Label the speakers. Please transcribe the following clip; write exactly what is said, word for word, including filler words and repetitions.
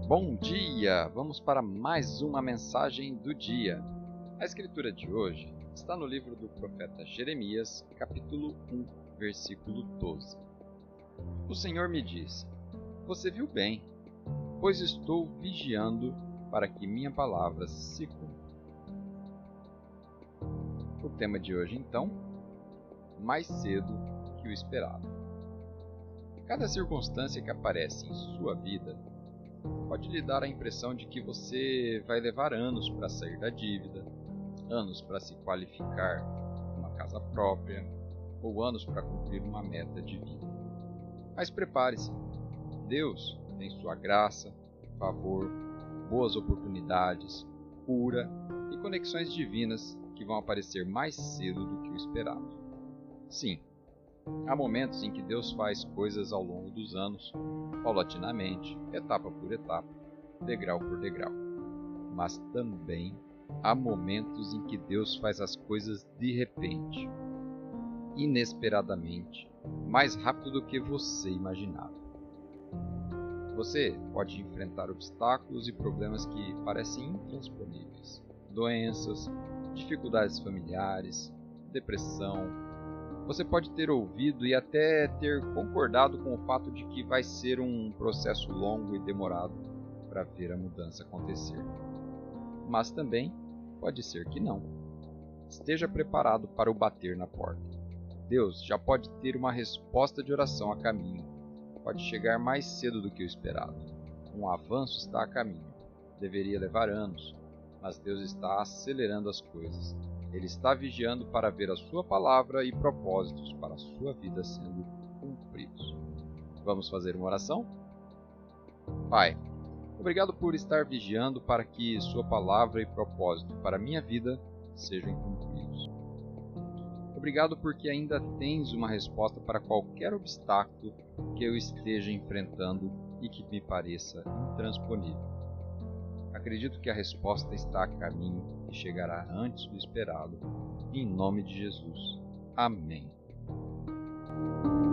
Speaker 1: Bom dia! Vamos para mais uma mensagem do dia. A escritura de hoje está no livro do profeta Jeremias, capítulo um, versículo doze. O Senhor me disse: Você viu bem, pois estou vigiando para que minha palavra se cumpra. O tema de hoje, então, mais cedo que o esperado. Cada circunstância que aparece em sua vida pode lhe dar a impressão de que você vai levar anos para sair da dívida, anos para se qualificar uma casa própria ou anos para cumprir uma meta de vida. Mas prepare-se, Deus tem sua graça, favor, boas oportunidades, cura e conexões divinas que vão aparecer mais cedo do que o esperado. Sim, há momentos em que Deus faz coisas ao longo dos anos, paulatinamente, etapa por etapa, degrau por degrau. Mas também há momentos em que Deus faz as coisas de repente, inesperadamente, mais rápido do que você imaginava. Você pode enfrentar obstáculos e problemas que parecem intransponíveis, doenças, dificuldades familiares, depressão. Você pode ter ouvido e até ter concordado com o fato de que vai ser um processo longo e demorado para ver a mudança acontecer. Mas também pode ser que não. Esteja preparado para o bater na porta. Deus já pode ter uma resposta de oração a caminho. Pode chegar mais cedo do que o esperado. Um avanço está a caminho. Deveria levar anos, mas Deus está acelerando as coisas. Ele está vigiando para ver a sua palavra e propósitos para a sua vida sendo cumpridos. Vamos fazer uma oração? Pai, obrigado por estar vigiando para que sua palavra e propósito para a minha vida sejam cumpridos. Obrigado porque ainda tens uma resposta para qualquer obstáculo que eu esteja enfrentando e que me pareça intransponível. Acredito que a resposta está a caminho e chegará antes do esperado. Em nome de Jesus. Amém.